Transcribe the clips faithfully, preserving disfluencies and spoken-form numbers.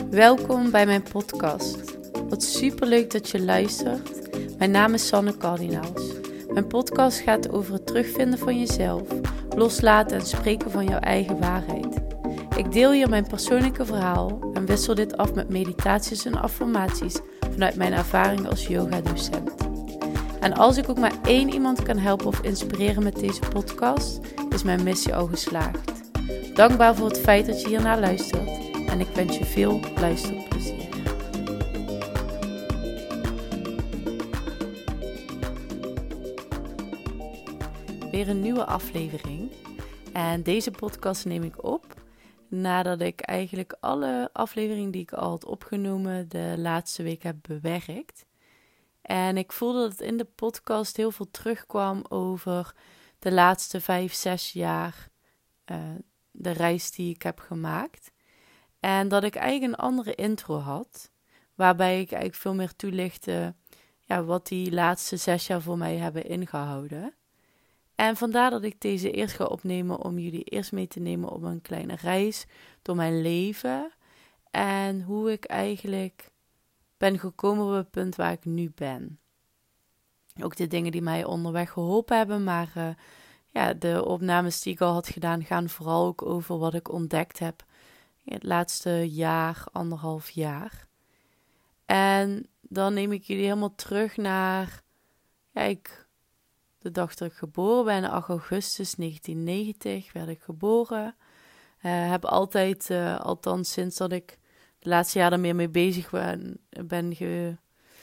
Welkom bij mijn podcast. Wat superleuk dat je luistert. Mijn naam is Sanne Kardinaals. Mijn podcast gaat over het terugvinden van jezelf, loslaten en spreken van jouw eigen waarheid. Ik deel hier mijn persoonlijke verhaal en wissel dit af met meditaties en affirmaties vanuit mijn ervaring als yoga-docent. En als ik ook maar één iemand kan helpen of inspireren met deze podcast, is mijn missie al geslaagd. Dankbaar voor het feit dat je hiernaar luistert en ik wens je veel luisterplezier. Weer een nieuwe aflevering en deze podcast neem ik op nadat ik eigenlijk alle afleveringen die ik al had opgenomen de laatste week heb bewerkt. En ik voelde dat in de podcast heel veel terugkwam over de laatste vijf, zes jaar, uh, de reis die ik heb gemaakt. En dat ik eigenlijk een andere intro had, waarbij ik eigenlijk veel meer toelichtte ja, wat die laatste zes jaar voor mij hebben ingehouden. En vandaar dat ik deze eerst ga opnemen om jullie eerst mee te nemen op een kleine reis door mijn leven. En hoe ik eigenlijk ben gekomen op het punt waar ik nu ben. Ook de dingen die mij onderweg geholpen hebben, maar uh, ja, de opnames die ik al had gedaan gaan vooral ook over wat ik ontdekt heb in het laatste jaar, anderhalf jaar. En dan neem ik jullie helemaal terug naar ja, ik, de dag dat ik geboren ben, acht augustus negentien negentig werd ik geboren. Uh, heb altijd, uh, althans sinds dat ik de laatste jaren er meer mee bezig ben, ben ge,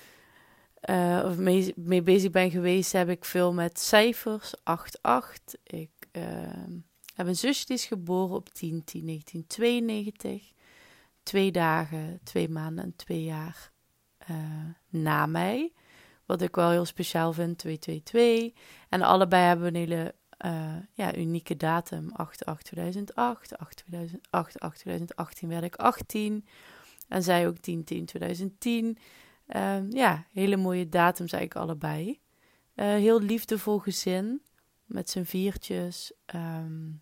uh, of mee, mee bezig ben geweest, heb ik veel met cijfers, acht acht. Ik uh, heb een zusje die is geboren op tien tien negentien tweeënnegentig. Twee dagen, twee maanden en twee jaar uh, na mij. Wat ik wel heel speciaal vind, twee twee twee. En allebei hebben we een hele uh, ja, unieke datum, acht acht tweeduizend acht. acht acht tweeduizend achttien werd ik achttien. En zij ook tien tien tweeduizend tien. Uh, ja, hele mooie datums eigenlijk allebei. Uh, heel liefdevol gezin, met z'n viertjes. Um,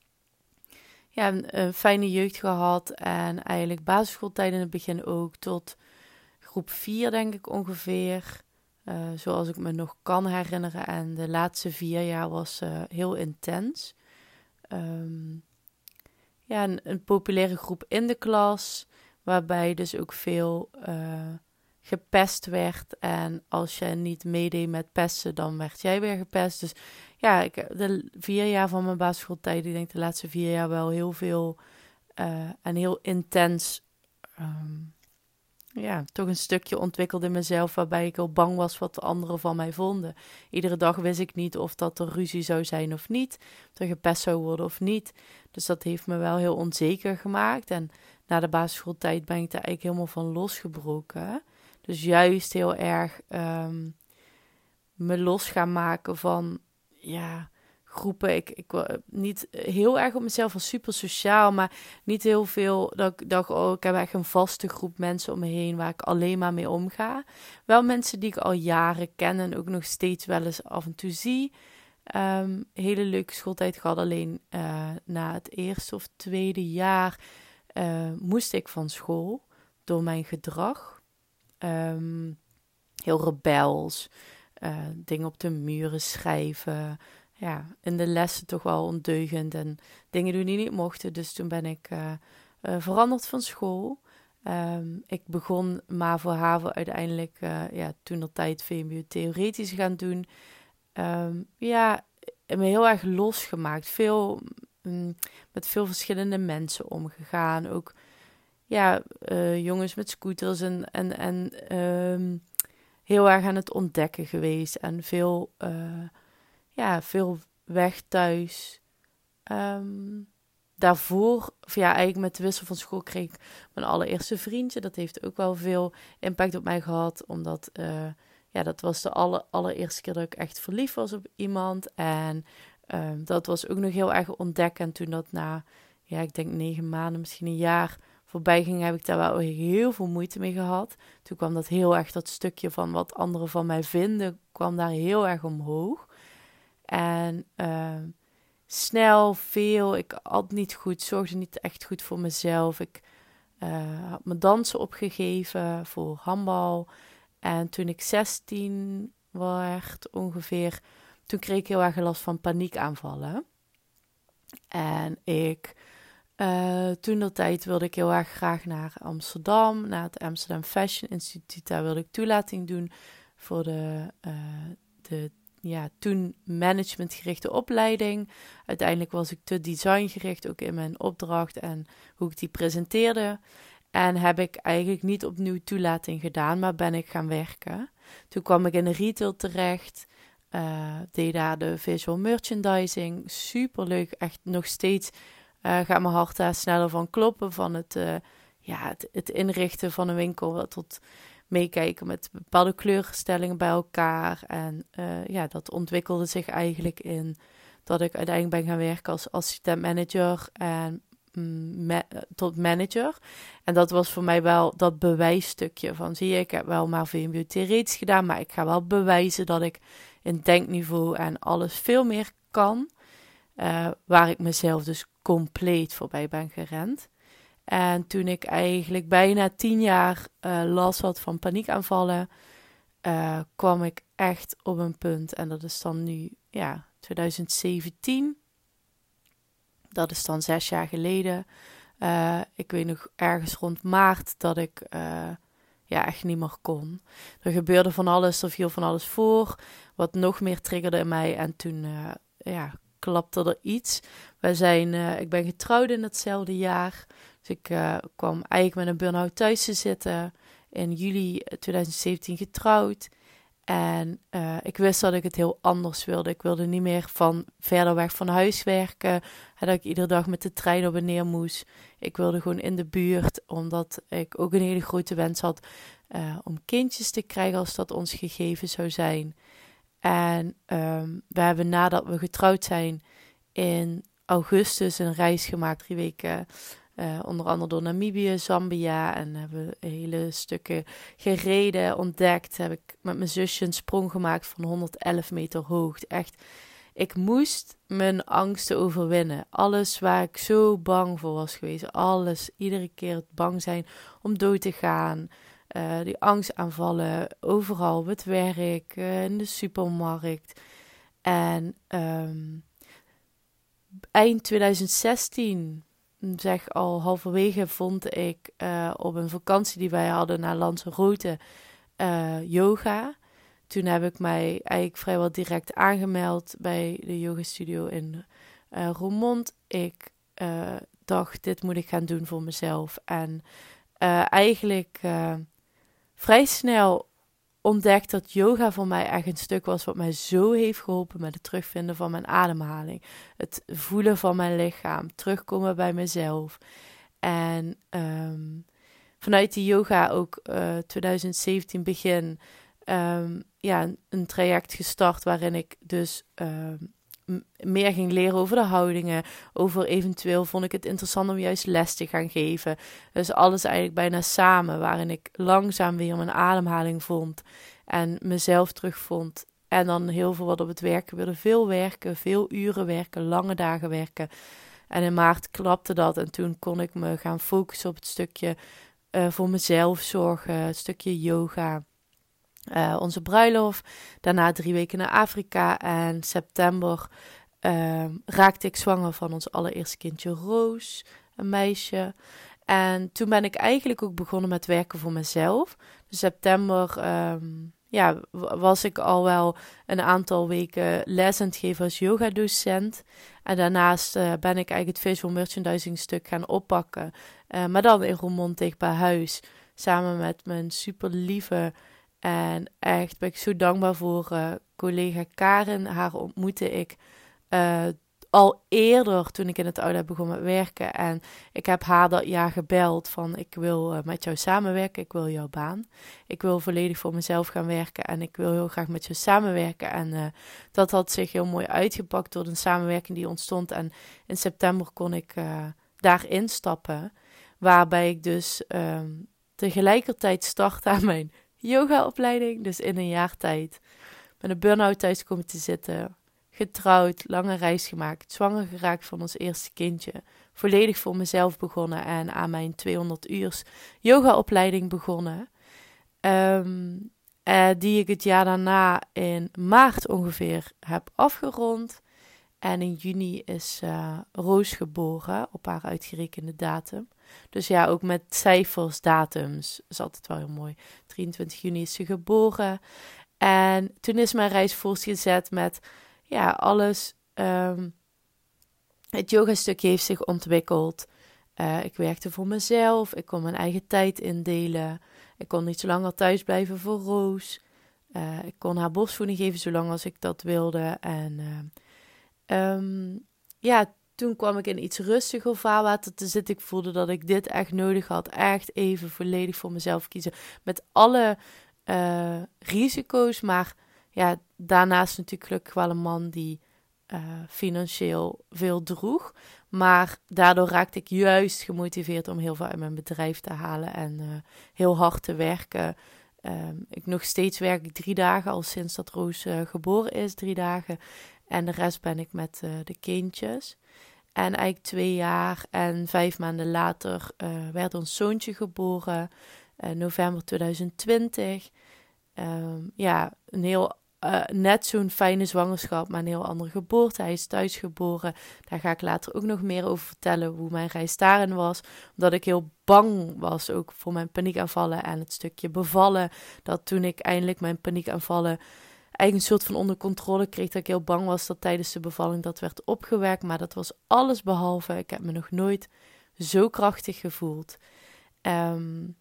ja, een, een fijne jeugd gehad. En eigenlijk basisschooltijd in het begin ook, tot groep vier denk ik ongeveer. Uh, zoals ik me nog kan herinneren. En de laatste vier jaar was uh, heel intens. Um, ja, een, een populaire groep in de klas, waarbij dus ook veel uh, gepest werd. En als je niet meedeed met pesten, dan werd jij weer gepest. Dus ja, ik, de vier jaar van mijn basisschooltijd, ik denk de laatste vier jaar wel heel veel uh, en heel intens... Um, ja, toch een stukje ontwikkeld in mezelf, waarbij ik al bang was wat de anderen van mij vonden. Iedere dag wist ik niet of dat er ruzie zou zijn of niet, of er gepest zou worden of niet. Dus dat heeft me wel heel onzeker gemaakt. En na de basisschooltijd ben ik daar eigenlijk helemaal van losgebroken. Dus juist heel erg um, me los gaan maken van, ja... groepen. Ik, ik niet heel erg op mezelf als super sociaal, maar niet heel veel dat ik dacht, oh, ik heb echt een vaste groep mensen om me heen waar ik alleen maar mee omga. Wel mensen die ik al jaren ken en ook nog steeds wel eens af en toe zie. Um, hele leuke schooltijd gehad, alleen uh, na het eerste of tweede jaar uh, moest ik van school door mijn gedrag. Um, heel rebels, uh, dingen op de muren schrijven. Ja, in de lessen toch wel ondeugend en dingen doen die niet mochten. Dus toen ben ik uh, uh, veranderd van school. Um, ik begon MAVO-HAVO uiteindelijk, uh, ja, toen de tijd V M B O theoretisch gaan doen. Um, ja, me heel erg losgemaakt. Veel, um, met veel verschillende mensen omgegaan. Ook, ja, uh, jongens met scooters en, en, en um, heel erg aan het ontdekken geweest. En veel... Uh, Ja, veel weg thuis. Um, daarvoor, of ja, eigenlijk met de wissel van school kreeg ik mijn allereerste vriendje. Dat heeft ook wel veel impact op mij gehad. Omdat, uh, ja, dat was de aller, allereerste keer dat ik echt verliefd was op iemand. En um, dat was ook nog heel erg ontdekken. En toen dat na, ja, ik denk negen maanden, misschien een jaar voorbij ging, heb ik daar wel heel veel moeite mee gehad. Toen kwam dat heel erg, dat stukje van wat anderen van mij vinden, kwam daar heel erg omhoog. En uh, snel, veel, ik at niet goed, zorgde niet echt goed voor mezelf. Ik uh, had me dansen opgegeven voor handbal. En toen ik zestien werd ongeveer, toen kreeg ik heel erg last van paniekaanvallen. En ik, uh, toen dat tijd wilde ik heel erg graag naar Amsterdam, naar het Amsterdam Fashion Instituut. Daar wilde ik toelating doen voor de, uh, de ja, toen managementgerichte opleiding. Uiteindelijk was ik te designgericht, ook in mijn opdracht en hoe ik die presenteerde. En heb ik eigenlijk niet opnieuw toelating gedaan, maar ben ik gaan werken. Toen kwam ik in de retail terecht, uh, deed daar de visual merchandising. Superleuk, echt nog steeds uh, gaat mijn hart daar sneller van kloppen. Van het, uh, ja, het, het inrichten van een winkel tot meekijken met bepaalde kleurstellingen bij elkaar. En uh, ja, dat ontwikkelde zich eigenlijk in dat ik uiteindelijk ben gaan werken als assistent-manager en Me- tot manager. En dat was voor mij wel dat bewijsstukje van, zie je, ik heb wel maar V M B O theoretisch gedaan, maar ik ga wel bewijzen dat ik in denkniveau en alles veel meer kan, uh, waar ik mezelf dus compleet voorbij ben gerend. En toen ik eigenlijk bijna tien jaar uh, last had van paniekaanvallen, uh, kwam ik echt op een punt, en dat is dan nu, ja, twintig zeventien. Dat is dan zes jaar geleden. Uh, ik weet nog ergens rond maart dat ik uh, ja, echt niet meer kon. Er gebeurde van alles, er viel van alles voor. Wat nog meer triggerde in mij. En toen uh, ja, klapte er iets. Wij zijn, uh, ik ben getrouwd in hetzelfde jaar. Dus ik uh, kwam eigenlijk met een burn-out thuis te zitten. In juli twintig zeventien getrouwd. En uh, ik wist dat ik het heel anders wilde. Ik wilde niet meer van verder weg van huis werken. En dat ik iedere dag met de trein op en neer moest. Ik wilde gewoon in de buurt. Omdat ik ook een hele grote wens had uh, om kindjes te krijgen als dat ons gegeven zou zijn. En um, we hebben nadat we getrouwd zijn in augustus een reis gemaakt. Drie weken Uh, onder andere door Namibië, Zambia. En hebben we hele stukken gereden, ontdekt. Heb ik met mijn zusje een sprong gemaakt van honderdelf meter hoogte. Echt, ik moest mijn angsten overwinnen. Alles waar ik zo bang voor was geweest. Alles, iedere keer het bang zijn om dood te gaan. Uh, die angstaanvallen overal op het werk, uh, in de supermarkt. En um, eind twintig zestien... zeg al halverwege vond ik uh, op een vakantie die wij hadden naar Lanzarote uh, yoga. Toen heb ik mij eigenlijk vrijwel direct aangemeld bij de yogastudio in uh, Roermond. Ik uh, dacht, dit moet ik gaan doen voor mezelf. En uh, eigenlijk uh, vrij snel ontdekt dat yoga voor mij echt een stuk was wat mij zo heeft geholpen met het terugvinden van mijn ademhaling. Het voelen van mijn lichaam, terugkomen bij mezelf. En um, vanuit die yoga ook uh, twintig zeventien begin um, ja, een, een traject gestart waarin ik dus um, m- meer ging leren over de houdingen. Over eventueel vond ik het interessant om juist les te gaan geven. Dus alles eigenlijk bijna samen, waarin ik langzaam weer mijn ademhaling vond. En mezelf terugvond. En dan heel veel wat op het werken wilde. Veel werken, veel uren werken, lange dagen werken. En in maart klapte dat. En toen kon ik me gaan focussen op het stukje uh, voor mezelf zorgen. Het stukje yoga. Uh, onze bruiloft. Daarna drie weken naar Afrika. En september uh, raakte ik zwanger van ons allereerste kindje Roos. Een meisje. En toen ben ik eigenlijk ook begonnen met werken voor mezelf. Dus september um, ja, was ik al wel een aantal weken les aan het geven als yogadocent. En daarnaast uh, ben ik eigenlijk het visual merchandising stuk gaan oppakken. Uh, maar dan in Roermond dicht bij huis. Samen met mijn super lieve en echt ben ik zo dankbaar voor uh, collega Karen. Haar ontmoette ik uh, al eerder toen ik in het oude begon met werken. En ik heb haar dat jaar gebeld van ik wil uh, met jou samenwerken. Ik wil jouw baan. Ik wil volledig voor mezelf gaan werken. En ik wil heel graag met jou samenwerken. En uh, dat had zich heel mooi uitgepakt door een samenwerking die ontstond. En in september kon ik uh, daarin stappen. Waarbij ik dus uh, tegelijkertijd start aan mijn yogaopleiding. Dus in een jaar tijd met een burn-out thuis komen te zitten. Getrouwd, lange reis gemaakt, zwanger geraakt van ons eerste kindje. volledig voor mezelf begonnen en aan mijn tweehonderd uur yogaopleiding begonnen. Um, uh, die ik het jaar daarna in maart ongeveer heb afgerond. En in juni is uh, Roos geboren op haar uitgerekende datum. Dus ja, ook met cijfers, datums, is altijd wel heel mooi. drieëntwintig juni is ze geboren. En toen is mijn reis voortgezet met ja, alles. Um, het yogastukje heeft zich ontwikkeld. Uh, ik werkte voor mezelf. Ik kon mijn eigen tijd indelen. Ik kon niet zo langer thuis blijven voor Roos. Uh, ik kon haar borstvoeding geven zolang als ik dat wilde. En uh, um, ja, toen kwam ik in iets rustiger vaarwater te zitten. Ik voelde dat ik dit echt nodig had. Echt even volledig voor mezelf kiezen. Met alle uh, risico's. Maar ja, daarnaast natuurlijk gelukkig wel een man die uh, financieel veel droeg. Maar daardoor raakte ik juist gemotiveerd om heel veel uit mijn bedrijf te halen. En uh, heel hard te werken. Um, ik nog steeds werk ik drie dagen, al sinds dat Roos uh, geboren is, drie dagen. En de rest ben ik met uh, de kindjes. En eigenlijk twee jaar en vijf maanden later uh, werd ons zoontje geboren. Uh, november tweeduizend twintig. Um, ja, een heel, uh, net zo'n fijne zwangerschap, maar een heel andere geboorte. Hij is thuis geboren. Daar ga ik later ook nog meer over vertellen hoe mijn reis daarin was. Omdat ik heel bang was ook voor mijn paniekaanvallen en het stukje bevallen. Dat toen ik eindelijk mijn paniekaanvallen eigenlijk een soort van onder controle kreeg, dat ik heel bang was dat tijdens de bevalling dat werd opgewerkt. Maar dat was alles behalve. Ik heb me nog nooit zo krachtig gevoeld. Um,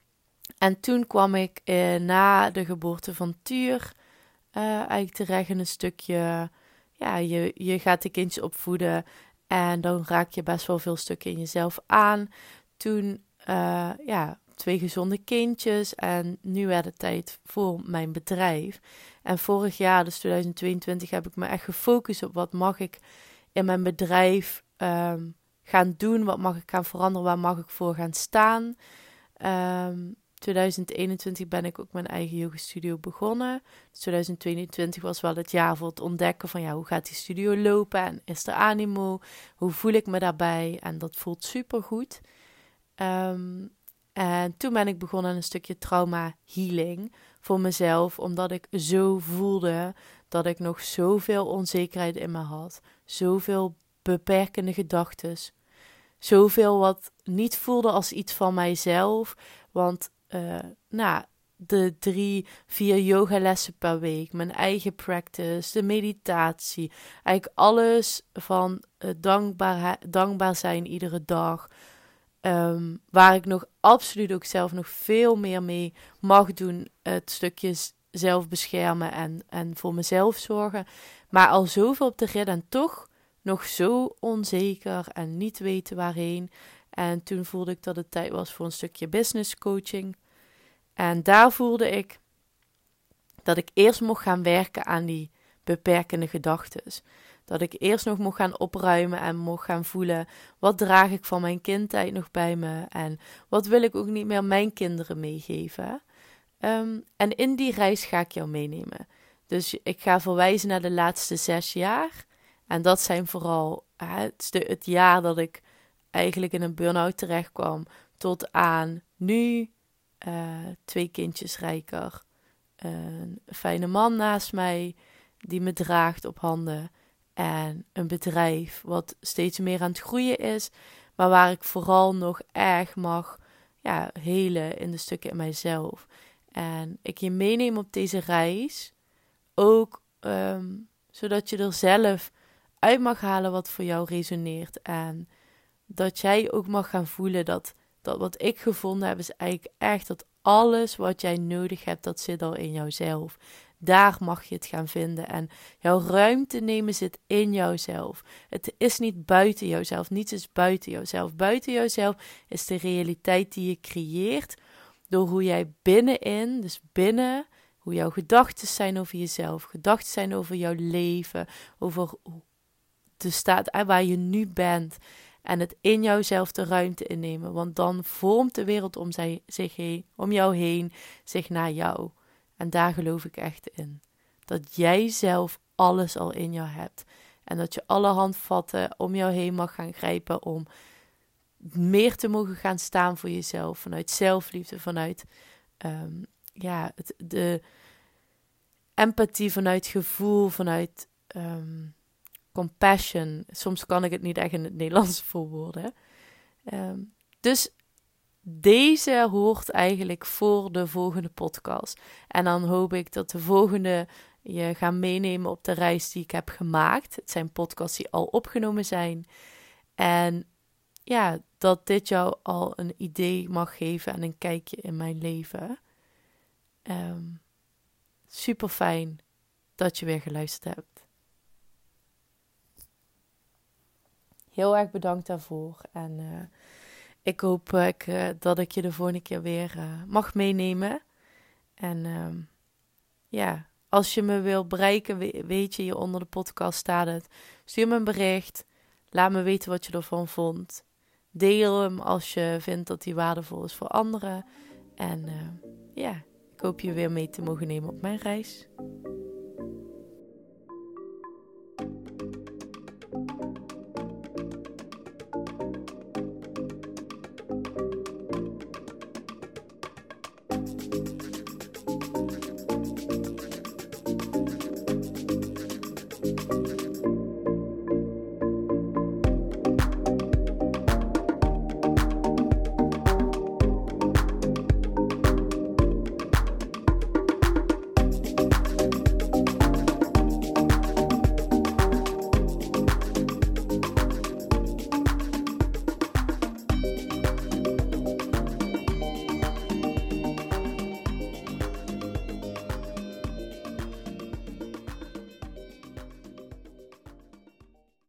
en toen kwam ik eh, na de geboorte van Tuur uh, eigenlijk terecht in een stukje, ja, je, je gaat de kindjes opvoeden en dan raak je best wel veel stukken in jezelf aan. Toen, uh, ja, twee gezonde kindjes en nu werd het tijd voor mijn bedrijf. En vorig jaar, dus tweeduizend tweeëntwintig, heb ik me echt gefocust op wat mag ik in mijn bedrijf um, gaan doen, wat mag ik gaan veranderen, waar mag ik voor gaan staan. Um, tweeduizend eenentwintig ben ik ook mijn eigen yogastudio begonnen. Dus tweeduizend tweeëntwintig was wel het jaar voor het ontdekken van ja, hoe gaat die studio lopen en is er animo? Hoe voel ik me daarbij? En dat voelt supergoed. Um, en toen ben ik begonnen aan een stukje trauma healing voor mezelf, omdat ik zo voelde dat ik nog zoveel onzekerheid in me had. Zoveel beperkende gedachten. Zoveel wat niet voelde als iets van mijzelf. Want uh, nou, de drie, vier yogalessen per week, mijn eigen practice, de meditatie. Eigenlijk alles van uh, dankbaar, dankbaar zijn iedere dag. Um, waar ik nog absoluut ook zelf nog veel meer mee mag doen. Het stukje zelf beschermen en, en voor mezelf zorgen. Maar al zoveel op de rit en toch nog zo onzeker en niet weten waarheen. En toen voelde ik dat het tijd was voor een stukje business coaching. En daar voelde ik dat ik eerst mocht gaan werken aan die beperkende gedachten. Dat ik eerst nog mocht gaan opruimen en mocht gaan voelen, wat draag ik van mijn kindtijd nog bij me en wat wil ik ook niet meer mijn kinderen meegeven. Um, en in die reis ga ik jou meenemen. Dus ik ga verwijzen naar de laatste zes jaar. En dat zijn vooral uh, het, het jaar dat ik eigenlijk in een burn-out terecht kwam, tot aan nu uh, twee kindjes rijker, uh, een fijne man naast mij die me draagt op handen. En een bedrijf wat steeds meer aan het groeien is. Maar waar ik vooral nog erg mag ja, helen in de stukken in mijzelf. En ik je meeneem op deze reis. Ook um, zodat je er zelf uit mag halen wat voor jou resoneert. En dat jij ook mag gaan voelen dat, dat wat ik gevonden heb is eigenlijk echt dat alles wat jij nodig hebt, dat zit al in jouzelf. Daar mag je het gaan vinden. En jouw ruimte nemen zit in jouzelf. Het is niet buiten jouzelf. Niets is buiten jouzelf. Buiten jouzelf is de realiteit die je creëert door hoe jij binnenin, dus binnen, hoe jouw gedachten zijn over jezelf, gedachten zijn over jouw leven, over de staat waar je nu bent. En het in jouzelf de ruimte innemen. Want dan vormt de wereld om, zij, zich heen, om jou heen zich naar jou. En daar geloof ik echt in. Dat jij zelf alles al in jou hebt. En dat je alle handvatten om jou heen mag gaan grijpen om meer te mogen gaan staan voor jezelf. Vanuit zelfliefde, vanuit um, ja, het, de empathie, vanuit gevoel, vanuit um, compassion. Soms kan ik het niet echt in het Nederlands verwoorden. Um, dus deze hoort eigenlijk voor de volgende podcast. En dan hoop ik dat de volgende je gaat meenemen op de reis die ik heb gemaakt. Het zijn podcasts die al opgenomen zijn. En ja, dat dit jou al een idee mag geven en een kijkje in mijn leven. Um, super fijn dat je weer geluisterd hebt. Heel erg bedankt daarvoor. En uh, ik hoop uh, ik, uh, dat ik je de volgende keer weer uh, mag meenemen. En um, ja, als je me wil bereiken, weet je, hier onder de podcast staat het. Stuur me een bericht. Laat me weten wat je ervan vond. Deel hem als je vindt dat hij waardevol is voor anderen. En uh, ja, ik hoop je weer mee te mogen nemen op mijn reis.